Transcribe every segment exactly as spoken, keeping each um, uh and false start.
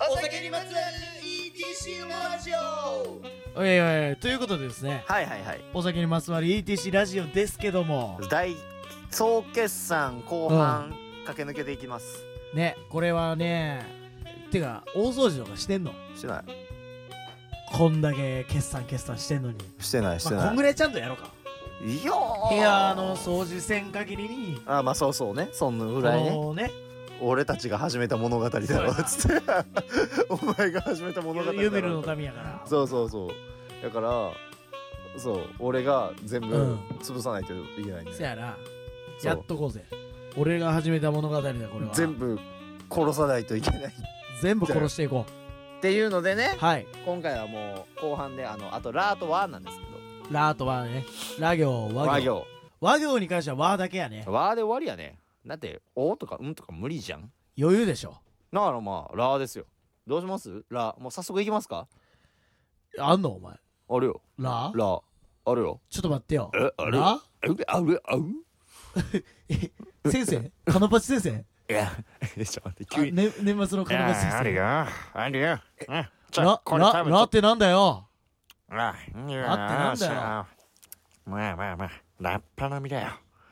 お酒にまつわる イーティーシー ラジオ。 おいおいということでですね、 はいはいはい。 お酒にまつわる イーティーシー ラジオですけども大総決算後半、うん、駆け抜けていきますね。これはね、てか大掃除とかしてんの？ してない。 こんだけ決算決算してんのにしてないしてない、 まあ、こんぐらいちゃんとやろうか。 いやー、 部屋の掃除せん限りに、 あ、まあそうそうね、そんなぐらいね。 このね、 俺たちが始めた物語だろっつってお前が始めた物語だろ。 ユメルの民やから。 そうそうそう。だからそう俺が全部潰さないといけないんだよ、うん、 せやな。やっとこうぜ。俺が始めた物語だこれは。 全部殺さないといけない。 全部殺していこうっていうのでね、 はい、 今回はもう後半であのあとラーとワーなんですけど、 ラーとワーね、ラ行和行和行和行に関してはワーだけやね。 ワーで終わりやね。だっておとかうんとか無理じゃん。 余裕でしょ。 だからまあラーですよ。どうします？ラーもう早速いきますか？ あんのお前？ あるよ。 ラー？ ラーあるよ。 ちょっと待ってよ。 え、ある？ ラー？ あるあるえ、先生？カノパチ先生？ いや、ちょっと待って急に、 ね、年末のカノパチ先生。 あるよあるよ。ラララってなんだよ。 ラってなんだよ。まあまあまあラッパ飲みだよ。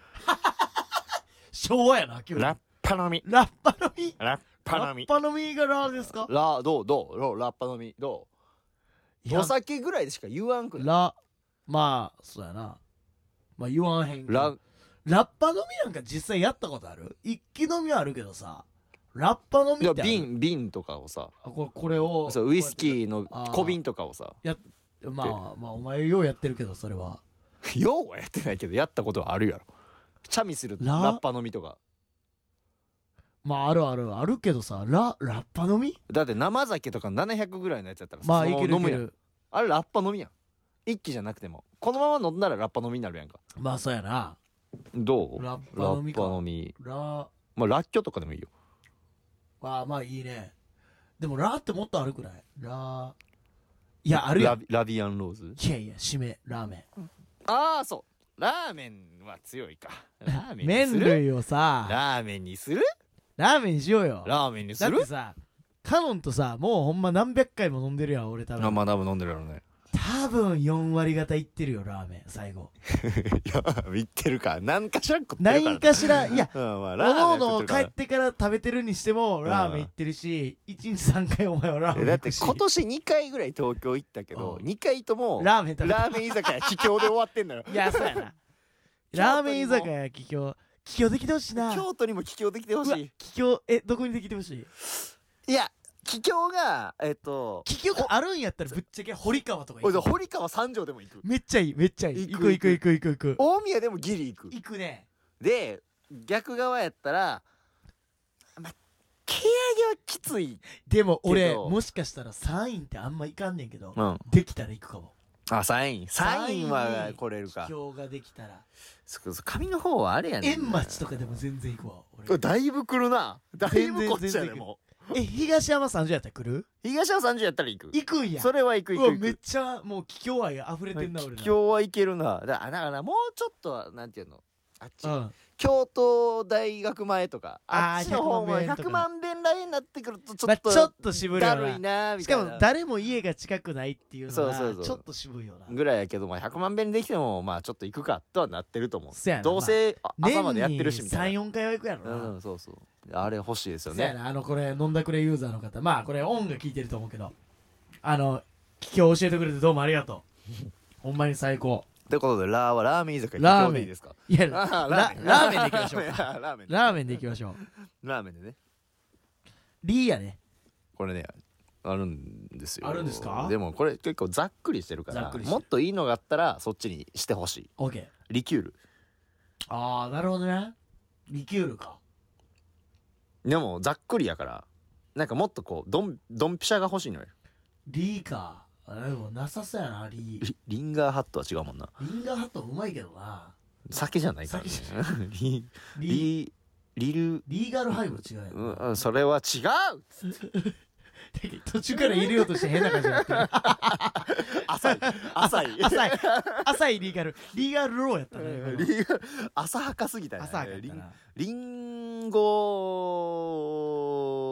昭和やな今日。 ラッパ飲み。 ラッパ飲み。 ラッパ飲み。 ラッパ飲みがラーですか？ ラどうどうラッパ飲みどう？お酒ぐらいでしか言わんくない？ ラ、まあそうやな。まあ言わんへんけど。ララッパ飲みなんか実際やったことある？一気飲みはあるけどさ、ラッパ飲みってある？ いや瓶瓶とかをさ、 あこれこれをそうウイスキーの小瓶とかをさや、まあまあお前ようやってるけどそれは。 ようはやってないけどやったことはあるやろ。チャミするラッパ飲みとか。 まああるあるあるけどさ、ララッパ飲み？ だって生酒とかななひゃくぐらいのやつやったらまあいけるいける。 あれラッパ飲みやん。一気じゃなくてもこのまま飲んだらラッパ飲みになるやんか。 まあそうやな。 どう？ ラッパ飲みか。 ラッパ飲み。 ラまあラッキョとかでもいいよ。 ああまあいいね。でもラーってもっとあるくらい？ラいやあるやん。 ラビアンローズ？ いやいや締めラーメン。 ああそうラーメンは強いか。ラーメンにする？ 麺類をさラーメンにする？ ラーメンにしようよ。 ラーメンにする？ だってさカノンとさもうほんま何百回も飲んでるやん俺多分。 あまあ多分飲んでるやろね。 多分よん割方いってるよラーメン最後。 いやいってるか何かしら食ってるから何かしらいやおのおの帰ってから食べてるにしてもラーメンいってるしいちにちさんかいお前はラーメンだって行くし。 今年にかいぐらい東京行ったけどにかいともラーメン食べた。 ラーメン居酒屋秘境で終わってんのよ。 いやそうやな。ラーメン居酒屋帰郷帰郷できてほしいな。 京都にも帰郷できてほしい。 帰郷えどこにできてほしい？ いや帰郷がえっと帰郷があるんやったらぶっちゃけ堀川とか行く。 堀川三条でも行く。 めっちゃいいめっちゃいい。行く行く行く行く行く。 大宮でもギリ行く。 行くね。 で逆側やったらま蹴上げはきつい。 でも俺もしかしたらサインってあんま行かんねんけど、 うん、 できたら行くかも。 あサインサインは来れるか。 帰郷ができたら紙の方はあれやねん。 円町とかでも全然行くわ俺。だいぶ来るな。だいぶこっちやねもう。 え東山さんじゅうやったら来る？ 東山さんじゅうやったら行く。 行くんや。 それは行く行く行く。 めっちゃもう帰郷愛溢れてんな俺ら。 帰郷はいけるな。だだからもうちょっとなんていうのあっち、 うん、 京都大学前とかあっちの方もひゃくまんべんラインになってくるとちょっと、まあ、 ちょっと渋いよな。 だるいなみたいな。 しかも誰も家が近くないっていうのがちょっと渋いよなぐらいやけど、まあ、ひゃくまんべんできてもまあちょっと行くかとはなってると思う。 そやな。 どうせ朝までやってるしみたいな。 さん、よんかいは行くやろな。 うんそうそうあれ欲しいですよね。 そやな。あのこれ飲んだくれユーザーの方まあこれ音が聞いてると思うけどあの今日教えてくれてどうもありがとう。ほんまに最高。 ということでラーはラーメン居酒屋ラーメンでいいですか？ いやラーメンでいきましょう。 ラーメンラーメンでいきましょう。 ラーメンでね。 リーやね。 これねあるんですよ。 あるんですか？ でもこれ結構ざっくりしてるからもっといいのがあったらそっちにしてほしい。 オッケー。 リキュール。 ああなるほどね。リキュールか。 でもざっくりやからなんかもっとこうドンドンピシャが欲しいのよ。 リーか。でもなさそうやなリー。 リ, リンガーハットは違うもんな。 リンガーハットうまいけどな。 酒じゃないから、ね、リリリルリーガルハイブ違うよ、うん、それは違う途中から入れようとして変な感じになってる浅い浅い浅い浅いリーガルリーガルローやったね。 リーガル浅はかすぎたね。 浅はかったな。 リンゴ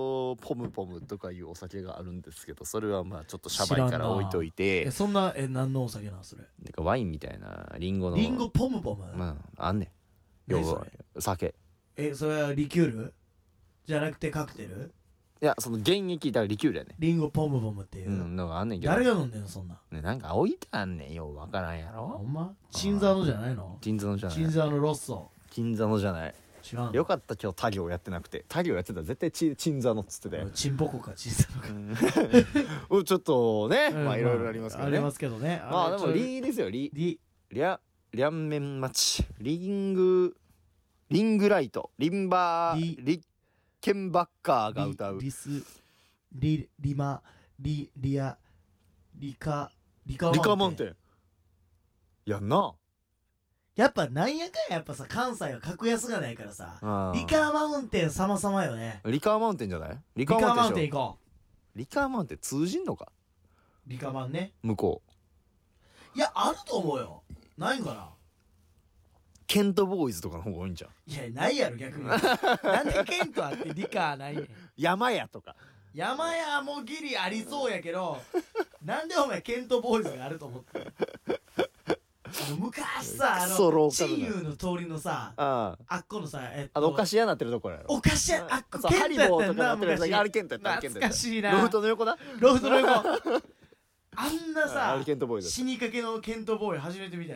ポムポムとかいうお酒があるんですけど、それはまあちょっとシャバいから置いといて。 えそんなえ何のお酒なんそれ？ なんかワインみたいなリンゴのリンゴポムポム、 まああんねん何要はそ酒。 えそれはリキュールじゃなくてカクテル？ いやその原液だからリキュールやね。 リンゴポムポムっていう、 うんのがあんねんけど、 誰が飲んでんのそんなね、なんか置いてあんねんようわからんやろ。 ほんまチンザノじゃないの？ 金座のじゃないチンザノロッソ金座のじゃない。 違うの？ よかった今日他行やってなくて。他行やってたら絶対チチンザのっつってたよ。 チンポコかチンザノかうんちょっとね、 うんまあいろいろありますけどね。 ありますけどね。 まあでもリリーですよリリリャリャンメンマチリングリングライトリンバーリリッケンバッカーが歌うリスリリマリリアリカリカリカマウンテンやんな。 やっぱなんやかんややっぱさ関西は格安がないからさあーリカーマウンテン様々よね。 リカーマウンテンじゃないリリカーマウンテンでしょ。 行こリカーマウンテン通じんのかう。リカマンね。 向こう。 いやあると思うよ。ないんかな。 ケントボーイズとかの方が多いんじゃん。 いやないやろ逆になんでケントあってリカーないねん。 山屋とか山屋もギリありそうやけどなんでお前ケントボーイズがあると思ってるあの昔さあクソロのーカルなチンユーの通りのさあああっこのさえっとあのお菓子屋なってるところやろ。 お菓子屋あっこそうケントやったよハリボーとかななってるやつ昔あれケントやったあれケントやった懐かしいなロフトの横なロフトの横あんなあされケントボーイズ死にかけのケントボーイ初めて見たよ。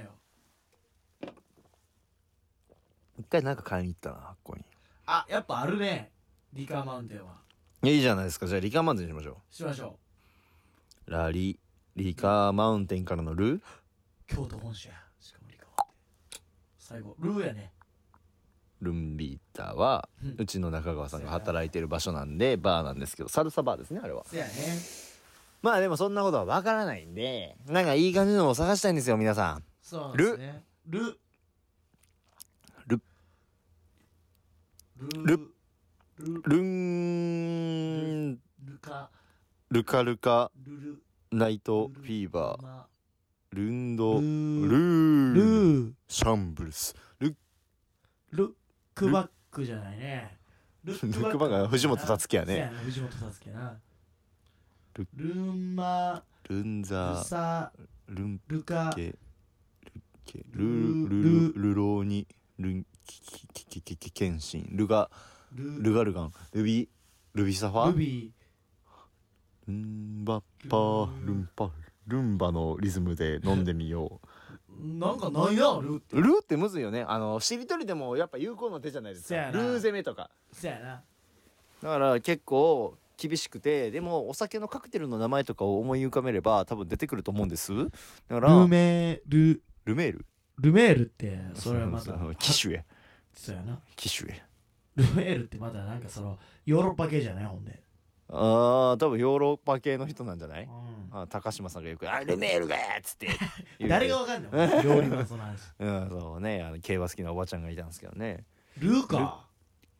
一回なんか買いに行ったなあっこに。 あやっぱあるねリカーマウンテンは。 いやいいじゃないですか。じゃあリカーマウンテンにしましょしましょう。ラリリカーマウンテンからのルう。京都本社やしかもリカーマウンテン最後ルーやね。 ルンビータはうんうちの中川さんが働いてる場所なんでバーなんですけど、サルサバーですねあれは。 せやね。 まあでもそんなことはわからないんで、なんかいい感じのを探したいんですよ皆さん。 そうなんですね。ルルルルルルンルカルカルカルルナイトフィーバーマルンドルルールーシャンブルスルルックバックじゃないね。ルッルックバックは藤本達樹やね。 せやな藤本達樹やな。 ルルンマルンルザサルンルカケケルルルルローニルンキキキキキキケンシンルガルルガルガンルビルビサファルビルンバッパールンパルンバのリズムで飲んでみよーなんかなんやルってう。ルーってむずいよね。あのしりとりでもやっぱ有効な手じゃないですか。 せやなルー攻めとかせやな。 だから結構厳しくて、でもお酒のカクテルの名前とかを思い浮かべれば多分出てくると思うんです。だからルメルルメールルメールってそれはまたそうそう機種へそうやな。 機種へルメールってまたなんかそのヨーロッパ系じゃないほんで。 ああ多分ヨーロッパ系の人なんじゃない。 うあ高島さんがよく「あルメールが!」っつって言んう誰がわかんない料理のその話。 うんそうね、あの競馬好きなおばちゃんがいたんですけどね。 ルーか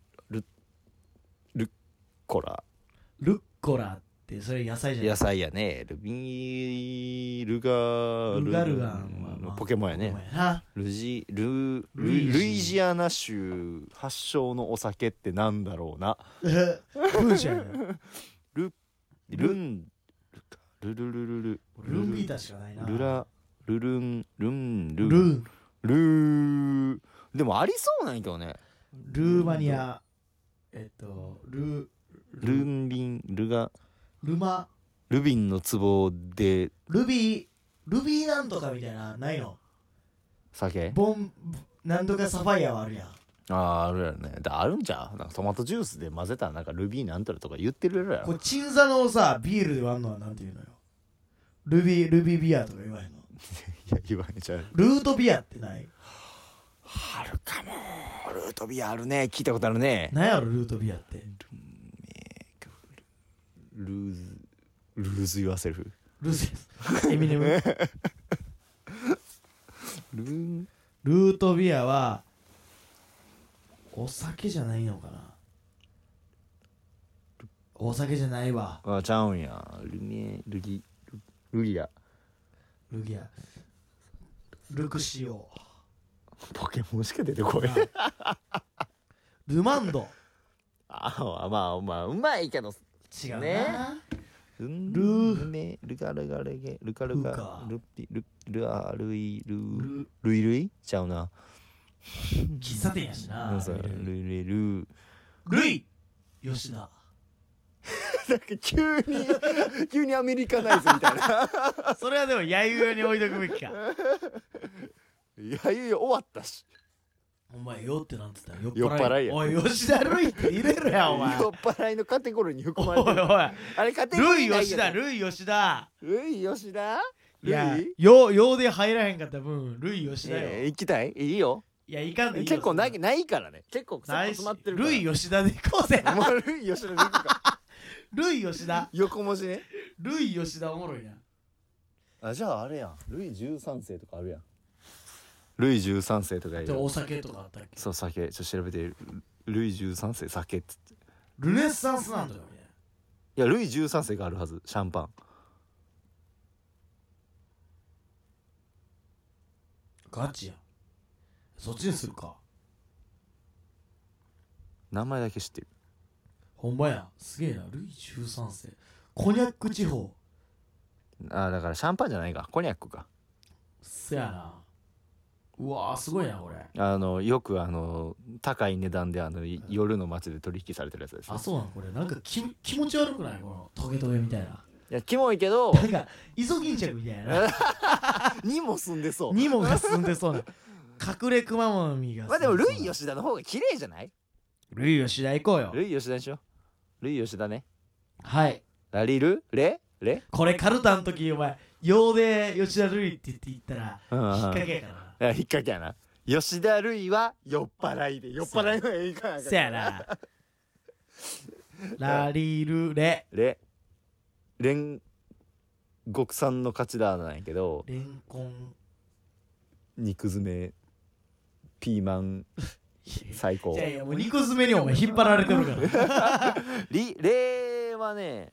コラルッコラってそれ野菜じゃない野菜やね。ルビールガルガルガンは、まあ、 ポケモンやね。 ポケモンやな。 ルジルルルイジルイジアナ州発祥のお酒ってなんだろうな。 プーじゃん。 ルルンルルルルルルンビータしかないな。 ルラルルンルンルルンルーでもありそうなんやけどね。 ルーマニアえっとルルンビンルガルマルビンの壺でルビールビーなんとかみたいなないの。 酒ボンなんとかサファイアはあるやん。 あーあるやろね。だあるんじゃうなんかトマトジュースで混ぜたらなんかルビーなんとらとか言ってるやろ。 これ鎮座のさビールで割るのはなんていうのよ。ルビールビービアとか言わへんの。 いや言われちゃう。 ルートビアってないあるかも。ルートビアあるね。聞いたことあるね。 なんやろルートビアってルーズルーズユアセルフルーズエミネムルールートビアはお酒じゃないのかな。お酒じゃないわ。 あちゃうんや。ルネルリルリアルギアルクシオポケモンしか出てこい。 ルマンドあまあまあうまいけど違うな、 ねルルルメルガルガルゲルカルガルカルピルルアルイルルルイルイちゃうな喫茶店やしな。 そうルイルイルルイ吉田。 なんか急に急にアメリカナイズみたいなそれはでもやゆよに置いとくべきか。 いやいや終わったしお前よってなんつったら酔っ酔っ払いやおい吉田ルイって入れるやんお前。 酔っ払いのカテゴリーに含おいおいまれてるあれカテゴルイリーない吉田ルイ吉田。 ルイ吉田いやルイよようで入らへんかった分ルイ吉田よ。 えー行きたいいいよいやいかんでいいよ。 結構ないそんないからね結構ないし詰まってるからルイ吉田で行こうぜ。 もうルイ吉田で行くかルイ吉田。 横文字ねルイ吉田おもろいな。 あじゃああれやんルイじゅうさん世とかあるやんルイじゅうさん世とかいるでお酒とかあったっけ。 そう酒ちょっと調べてルイじゅうさん世酒っつってルネッサンスなんとかみたいな。 いやルイじゅうさん世があるはずシャンパンガチやん。そっちにするか。 名前だけ知ってるほんまや。すげえな。ルイじゅうさん世。コニャック地方。 あだからシャンパンじゃないかコニャックかせやな。うわーすごいなこれ。 あのよくあの高い値段であのい夜の街で取引されてるやつですあ、そうなのこれ。なんかき気持ち悪くないこのトゲトゲみたいな。 いやキモいけどなんかイソギンチャクみたいな。 にも住んでそうニモが住んでそうな。隠れクマモミが住んでそうな。 まあでもルイ吉田の方が綺麗じゃないルイ吉田行こうよ。 ルイ吉田でしょルイ吉田ねはい。 ラリルレレこれカルタの時お前、ようで吉田ルイって言って言ったら、 うんうん引っ掛けやからな。 いや引っ掛けやな吉田類は酔っ払いで酔っ払いの映画やからせやな。ラリルレ。 レ煉獄さんの勝ちだなんやけどレンコン。 肉詰めピーマン最高いやいや、もう肉詰めにお前引っ張られてるから。 リレはね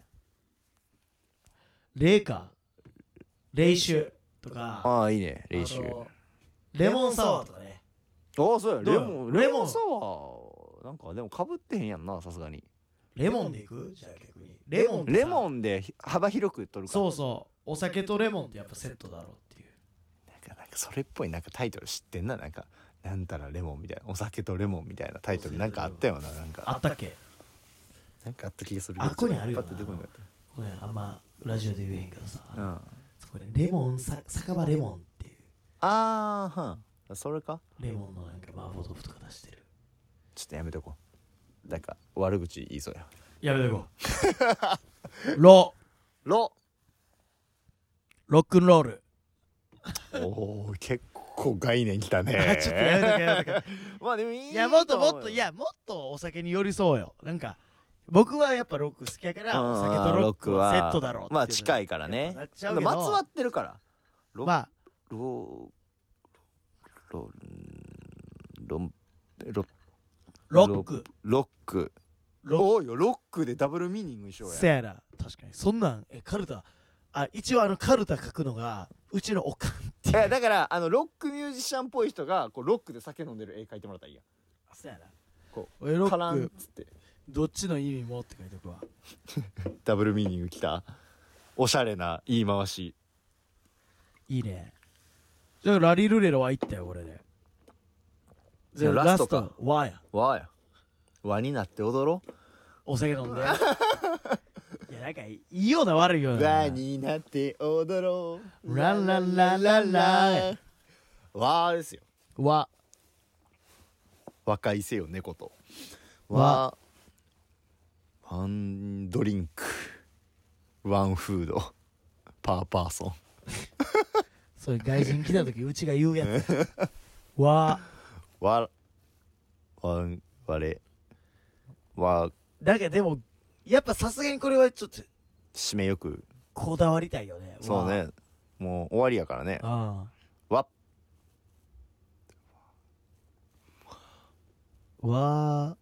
レイか。レイシュとか。 ああいいねレイシュあとレモンサワーとかね。 ああそうやどうレモンレモンレモンサワーなんかでもかぶってへんやんなさすがにレモンでいくじゃあ逆に。レモンってさレモンで幅広く取るかそうそう。お酒とレモンってやっぱセットだろうっていう。 なんかなんかそれっぽいなんかタイトル知ってんななんかなんたらレモンみたいなお酒とレモンみたいなタイトルなんかあったよななんかあったっけなんかあった気がするあここにあるよなパッと出てこなかっこれあんまラジオで言えへんけどさ。 たうんそこでレモンさ酒場レモンっていうあーはんそれかレモンのなんか麻婆豆腐とか出してる。 ちょっとやめとこうなんか悪口言いそうややめとこう。ロロロックンロール。 おー結構概念きたねあちょっとやめとけやめとけ。 まあでもいいいやもっともっ思うといやもっとお酒に寄りそうよ。なんか僕はやっぱロック好きやからうんお酒とロックはセットだろうっていうまあ近いからねやっぱなっちゃうけどまつわってるからロまあロロロロロックロックロッおいよロックでダブルミーニング一緒やクせやな確かにそんなんえカルタあ一応あのカルタ書くのがうちのおかんっていうえだからあのロックミュージシャンっぽい人がこうロックで酒飲んでる絵描いてもらったらいいやせやなこえロカランックっつってどっちの意味もって書いておくわ。 ダブルミーニングきたおしゃれな言い回しいいね。じゃあラリルレロは行ったよこれで。 じゃあラストかラスト和や。 わや輪になって踊ろお酒飲んで。いやなんかいいような悪いような。 輪になって踊ろうランランランランランわーですよ和。 和解せよ猫とわワワンドリンクワンフードパーパーソンそれ外人来た時うちが言うやつ。和。 わわんわれわだけどでもやっぱさすがにこれはちょっと締めよくこだわりたいよね。 そうねもう終わりやからねあわあ。わ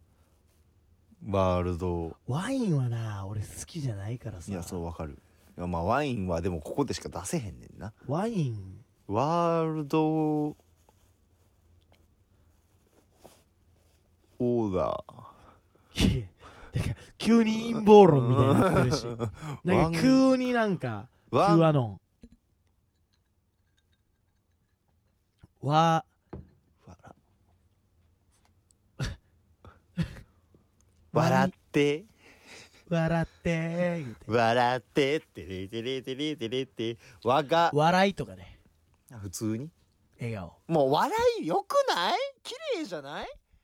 ワールドワインはな俺好きじゃないからさ。 いやそうわかるいやまあワインはでもここでしか出せへんねんなワインワールドオーダーいやだから急に陰謀論みたいになってるしなんか急になんかキワンュアノンわ笑って笑って言うて笑ってってれてれてれてれってわが笑いとかね普通に笑顔もう笑いよくない？綺麗じゃない？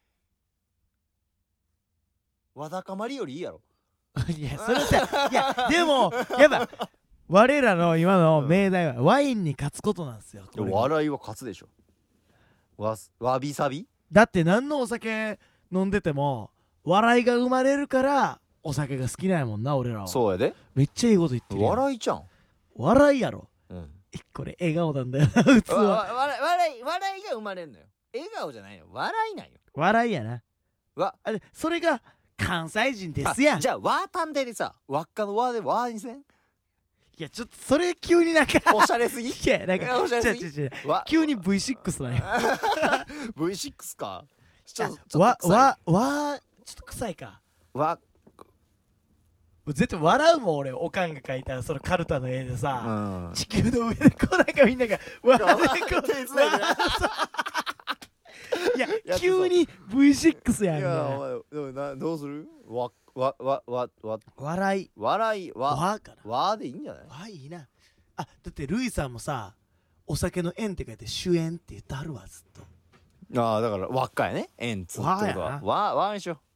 わだかまりよりいいやろ。 いやそれさいやでもやっぱ我らの今の命題はワインに勝つことなんですよこれが笑いは勝つでしょ。わわびさびだって何のお酒飲んでても笑いが生まれるからお酒が好きなんやもんな俺らはそうやで。 めっちゃいいこと言ってるやん笑いちゃん。 笑いやろうんこれ笑顔なんだよな普通わはわ笑い笑い笑いが生まれんのよ。笑顔じゃないよ。笑いなんよ。 笑いやなわあれそれが関西人ですやんあじゃあわーたんででさ輪っかのわーでわーにせんいやちょっとそれ急になんかおしゃれすぎいやなんかおしゃれすぎ違う違う違うわ急に ブイシックス なんやブイシックス かちょっとちょっとわ臭いわわちょっと臭いかわ絶対笑うもん俺おかんが描いたそのカルタの絵でうさ、 ん地球の上でこうなんかみんなが笑ってこう手伝いでいややつ急に ブイシックス やんいやなお前でもなどうするわわわわわ笑い笑いわわかなわでいいんじゃないわいいなあだってルイさんもさお酒の縁って書いて主演って言ってはるわずっとああだから輪っかやね円つってことは輪やなわわにしよ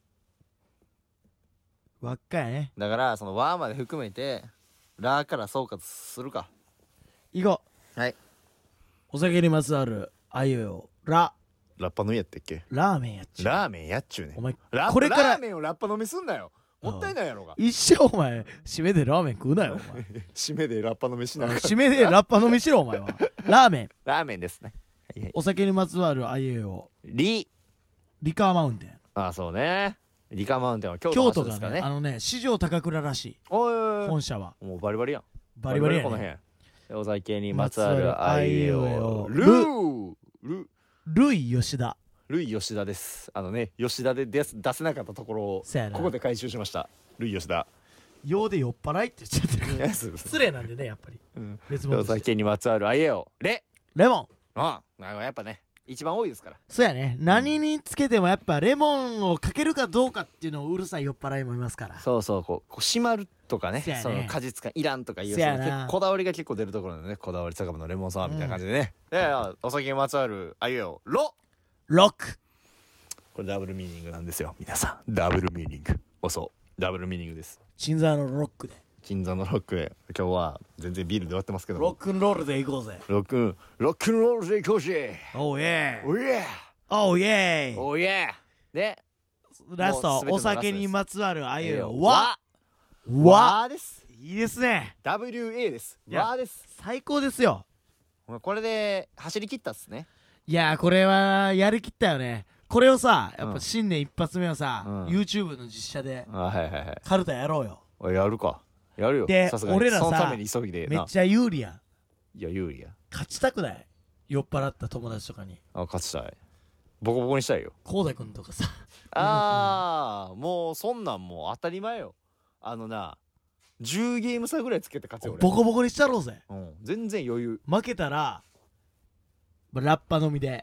輪っかやねうだからそのわまで含めてラから総括するかいこうはいお酒にまつわるあいうえおララッパ飲みやったっけラーメンやっちゅうラーメンやっちゅうねお前ラこれからラーメンをラッパ飲みすんなよもったいないやろが一生お前締めでラーメン食うなよお前締めでラッパ飲みしながら締めでラッパ飲みしろお前はラーメンラーメンですねはいはいお酒にまつわるあいうえおリリカーマウンテンあそうねリカマウンテンは京都京都が発ですからねねあのね四条高倉らしいおいおいおい本社はもうバリバリやんバリバリやこのね辺お酒にまつわるあいうえおルルールルイ吉田ルイ吉田ですあのね吉田で出す出せなかったところをそやなここで回収しましたルイ吉田ようで酔っ払いって言っちゃってるから失失礼なんでねやっぱり別物おとして酒にまつわるあいうえおレレモンあやっぱね一番多いですからそうやね何につけてもやっぱレモンをかけるかどうかっていうのをうるさい酔っ払いもいますからそうそうこうこう締まるとかねそうやねその果実感いらんとかいうそうやなその結構こだわりが結構出るところなんでねこだわり酒場のレモンサワーみたいな感じでね、でお酒にまつわるあいうえおロロックこれダブルミーニングなんですよ皆さんダブルミーニングおそうダブルミーニングです鎮座のロックで金座のロックで今日は全然ビールで終わってますけどロックンロールでいこうぜロックンロックンロールでいこうしおうイエーおいえおうイエーおいえでラストもう全てのお酒にまつわるあいうえおわわわですいいですねダブリューエー ですいやわです最高ですよこれで走り切ったっすねいやーこれはやりきったよねこれをさやっぱうん新年一発目はさ、 うん YouTube の実写であはいはいはいカルタやろうよおいやるかやるよでさすがに俺らさそのために急ぎでなめっちゃ有利やんいや有利や勝ちたくない酔っ払った友達とかにあ勝ちたいボコボコにしたいよこうだくんとかさああもうそんなんもう当たり前よあのなじゅうゲーム差ぐらいつけて勝つよ俺ボコボコにしたろうぜうん全然余裕負けたらまあラッパ飲みで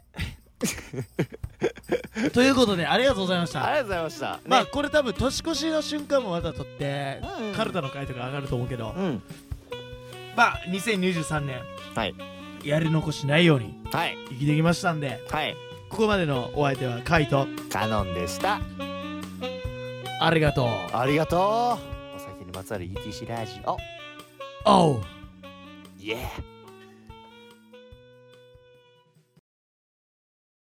ということでありがとうございましたありがとうございましたねまあこれ多分年越しの瞬間もまた撮ってうんカルタの回とか上がると思うけどうんまあにせんにじゅうさんねんはいやり残しないようにはい生きてきましたんではいここまでのお相手はカイトカノンでしたありがとうありがとうお酒にまつわる イーティーシー ラジオおうイエー